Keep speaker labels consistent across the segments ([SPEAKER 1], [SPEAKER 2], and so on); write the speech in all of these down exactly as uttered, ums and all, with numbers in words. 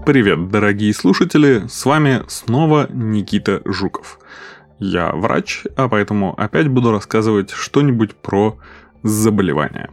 [SPEAKER 1] Привет, дорогие слушатели, с вами снова Никита Жуков. Я врач, а поэтому опять буду рассказывать что-нибудь про заболевания.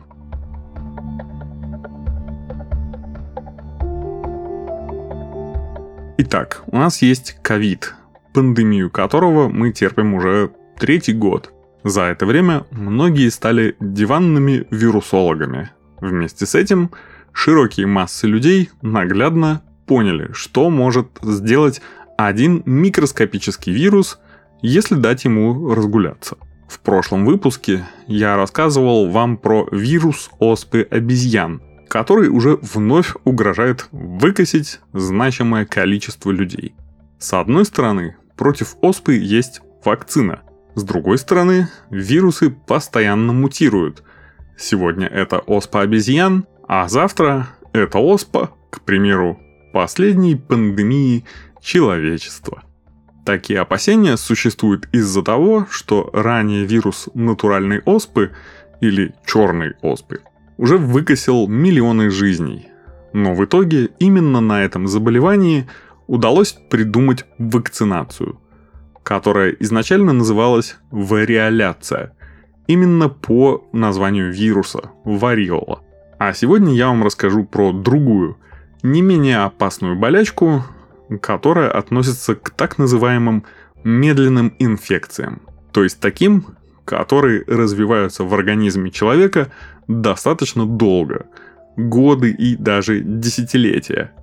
[SPEAKER 1] Итак, у нас есть ковид, пандемию которого мы терпим уже третий год. За это время многие стали диванными вирусологами. Вместе с этим широкие массы людей наглядно поняли, что может сделать один микроскопический вирус, если дать ему разгуляться. В прошлом выпуске я рассказывал вам про вирус оспы обезьян, который уже вновь угрожает выкосить значимое количество людей. С одной стороны, против оспы есть вакцина. С другой стороны, вирусы постоянно мутируют. Сегодня это оспа обезьян, а завтра это оспа, к примеру, последней пандемии человечества. Такие опасения существуют из-за того, что ранее вирус натуральной оспы или черной оспы уже выкосил миллионы жизней. Но в итоге именно на этом заболевании удалось придумать вакцинацию, которая изначально называлась вариоляция, именно по названию вируса – вариола. А сегодня я вам расскажу про другую, не менее опасную болячку, которая относится к так называемым медленным инфекциям, то есть таким, которые развиваются в организме человека достаточно долго, годы и даже десятилетия,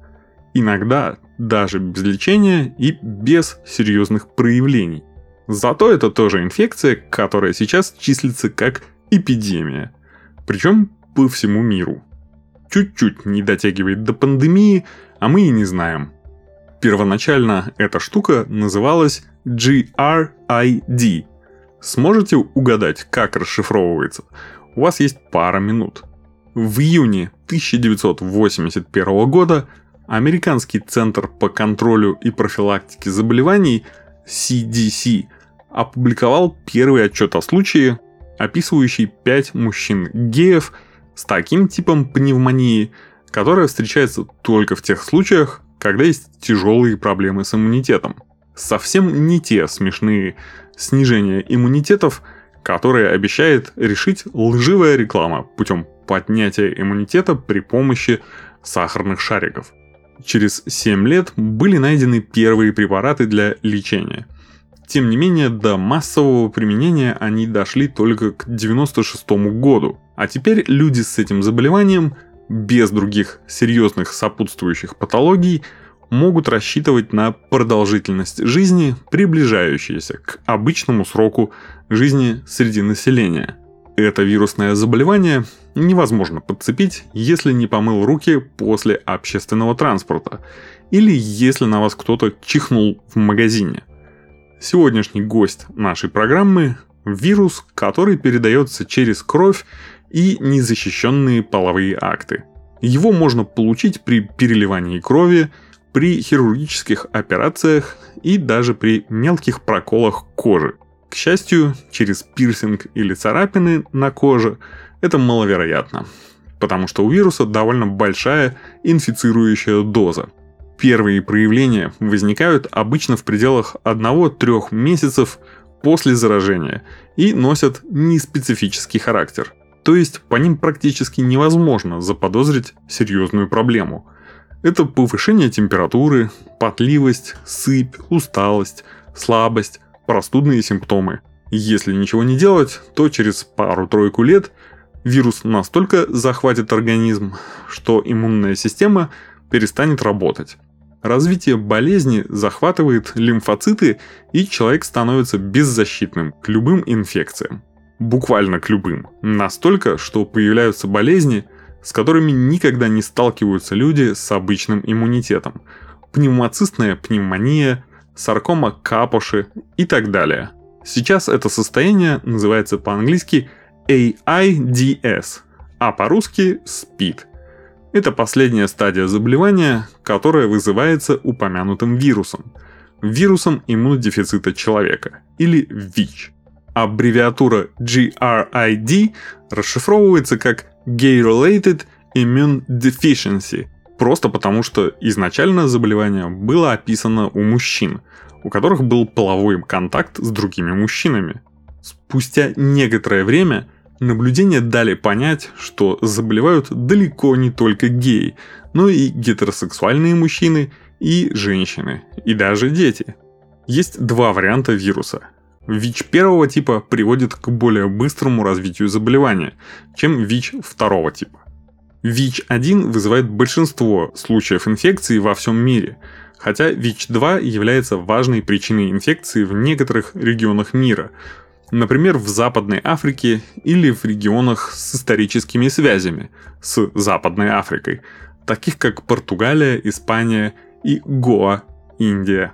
[SPEAKER 1] иногда даже без лечения и без серьезных проявлений. Зато это тоже инфекция, которая сейчас числится как эпидемия, причем по всему миру. Чуть-чуть не дотягивает до пандемии, а мы и не знаем. Первоначально эта штука называлась джи ар ай ди. Сможете угадать, как расшифровывается? У вас есть пара минут. В июне тысяча девятьсот восемьдесят первого года Американский центр по контролю и профилактике заболеваний си ди си опубликовал первый отчет о случае, описывающий пять мужчин-геев с таким типом пневмонии, которая встречается только в тех случаях, когда есть тяжелые проблемы с иммунитетом. Совсем не те смешные снижения иммунитетов, которые обещает решить лживая реклама путем поднятия иммунитета при помощи сахарных шариков. Через семь лет были найдены первые препараты для лечения. Тем не менее, до массового применения они дошли только к девяносто шестому году. А теперь люди с этим заболеванием, без других серьезных сопутствующих патологий, могут рассчитывать на продолжительность жизни, приближающуюся к обычному сроку жизни среди населения. Это вирусное заболевание невозможно подцепить, если не помыл руки после общественного транспорта или если на вас кто-то чихнул в магазине. Сегодняшний гость нашей программы – вирус, который передается через кровь и незащищенные половые акты. Его можно получить при переливании крови, при хирургических операциях и даже при мелких проколах кожи. К счастью, через пирсинг или царапины на коже это маловероятно, потому что у вируса довольно большая инфицирующая доза. Первые проявления возникают обычно в пределах одного-трёх месяцев после заражения и носят неспецифический характер. То есть по ним практически невозможно заподозрить серьезную проблему. Это повышение температуры, потливость, сыпь, усталость, слабость, простудные симптомы. Если ничего не делать, то через пару-тройку лет вирус настолько захватит организм, что иммунная система перестанет работать. Развитие болезни захватывает лимфоциты, и человек становится беззащитным к любым инфекциям. Буквально к любым. Настолько, что появляются болезни, с которыми никогда не сталкиваются люди с обычным иммунитетом. Пневмоцистная пневмония, саркома Капоши и так далее. Сейчас это состояние называется по-английски эй ай ди эс, а по-русски СПИД. Это последняя стадия заболевания, которая вызывается упомянутым вирусом. Вирусом иммунодефицита человека, или ВИЧ. Аббревиатура джи ар ай ди расшифровывается как Gay-Related Immune Deficiency, Просто потому, что изначально заболевание было описано у мужчин, у которых был половой контакт с другими мужчинами. Спустя некоторое время наблюдения дали понять, что заболевают далеко не только геи, но и гетеросексуальные мужчины, и женщины, и даже дети. Есть два варианта вируса. ВИЧ первого типа приводит к более быстрому развитию заболевания, чем ВИЧ второго типа. ВИЧ один вызывает большинство случаев инфекции во всем мире, хотя ВИЧ два является важной причиной инфекции в некоторых регионах мира, например, в Западной Африке или в регионах с историческими связями с Западной Африкой, таких как Португалия, Испания и Гоа, Индия.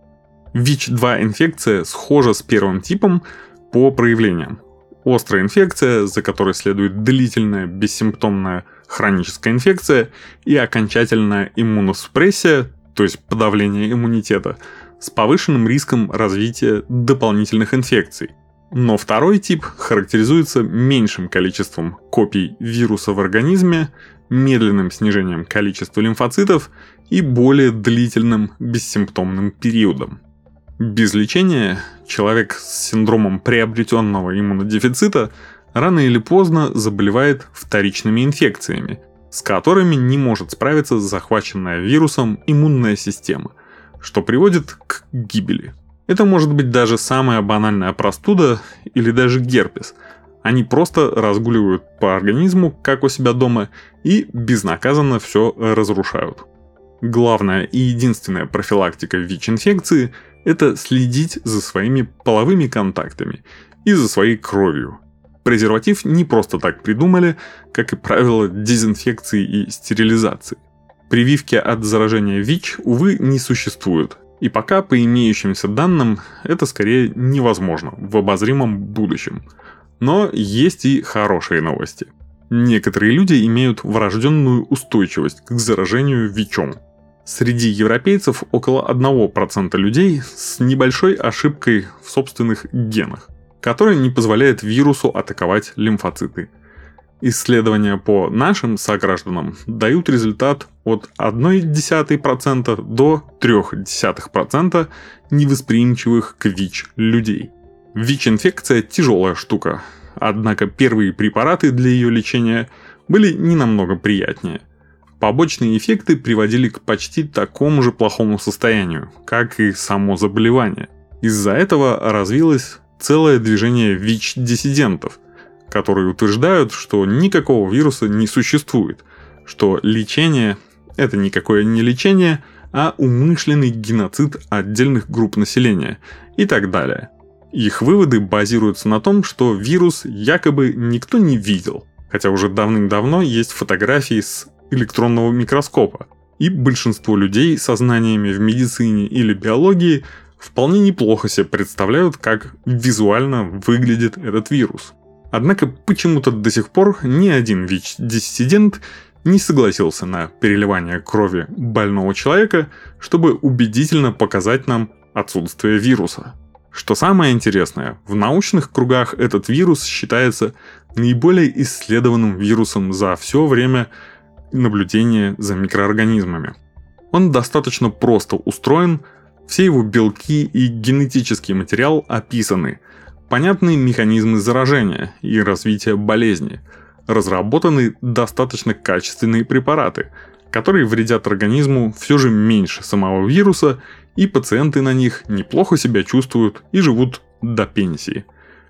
[SPEAKER 1] ВИЧ два инфекция схожа с первым типом по проявлениям. Острая инфекция, за которой следует длительная бессимптомная хроническая инфекция и окончательная иммуносупрессия, то есть подавление иммунитета, с повышенным риском развития дополнительных инфекций. Но второй тип характеризуется меньшим количеством копий вируса в организме, медленным снижением количества лимфоцитов и более длительным бессимптомным периодом. Без лечения человек с синдромом приобретенного иммунодефицита рано или поздно заболевает вторичными инфекциями, с которыми не может справиться захваченная вирусом иммунная система, что приводит к гибели. Это может быть даже самая банальная простуда или даже герпес. Они просто разгуливают по организму, как у себя дома, и безнаказанно все разрушают. Главная и единственная профилактика ВИЧ-инфекции – это следить за своими половыми контактами и за своей кровью. Презерватив не просто так придумали, как и правило дезинфекции и стерилизации. Прививки от заражения ВИЧ, увы, не существует. И пока, по имеющимся данным, это скорее невозможно в обозримом будущем. Но есть и хорошие новости. Некоторые люди имеют врожденную устойчивость к заражению ВИЧом. Среди европейцев около одного процента людей с небольшой ошибкой в собственных генах, которая не позволяет вирусу атаковать лимфоциты. Исследования по нашим согражданам дают результат от ноль целых одна десятая процента до три десятых процента невосприимчивых к ВИЧ людей. ВИЧ-инфекция тяжелая штука, однако первые препараты для ее лечения были не намного приятнее. Побочные эффекты приводили к почти такому же плохому состоянию, как и само заболевание. Из-за этого развилось целое движение ВИЧ-диссидентов, которые утверждают, что никакого вируса не существует, что лечение – это никакое не лечение, а умышленный геноцид отдельных групп населения и так далее. Их выводы базируются на том, что вирус якобы никто не видел, хотя уже давным-давно есть фотографии с электронного микроскопа, и большинство людей со знаниями в медицине или биологии вполне неплохо себе представляют, как визуально выглядит этот вирус. Однако почему-то до сих пор ни один ВИЧ-диссидент не согласился на переливание крови больного человека, чтобы убедительно показать нам отсутствие вируса. Что самое интересное, в научных кругах этот вирус считается наиболее исследованным вирусом за все время наблюдения за микроорганизмами. Он достаточно просто устроен, все его белки и генетический материал описаны, понятны механизмы заражения и развития болезни, разработаны достаточно качественные препараты, которые вредят организму все же меньше самого вируса, и пациенты на них неплохо себя чувствуют и живут до пенсии.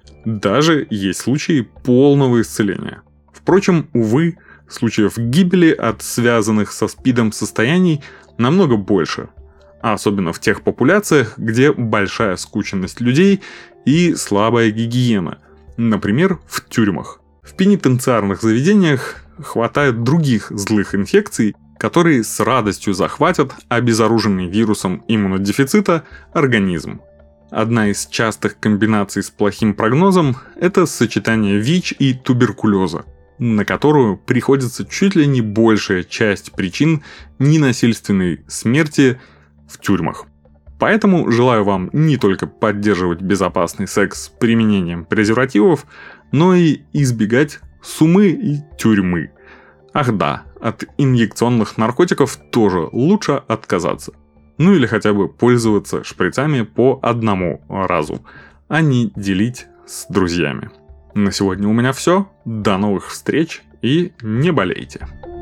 [SPEAKER 1] Даже есть случаи полного исцеления. Впрочем, увы, случаев гибели от связанных со СПИДом состояний намного больше, а особенно в тех популяциях, где большая скученность людей и слабая гигиена, например, в тюрьмах. В пенитенциарных заведениях хватает других злых инфекций, которые с радостью захватят обезоруженный вирусом иммунодефицита организм. Одна из частых комбинаций с плохим прогнозом – это сочетание ВИЧ и туберкулеза, на которую приходится чуть ли не большая часть причин ненасильственной смерти в тюрьмах. Поэтому желаю вам не только поддерживать безопасный секс с применением презервативов, но и избегать сумы и тюрьмы. Ах да, от инъекционных наркотиков тоже лучше отказаться. Ну или хотя бы пользоваться шприцами по одному разу, а не делить с друзьями. На сегодня у меня все. До новых встреч и не болейте.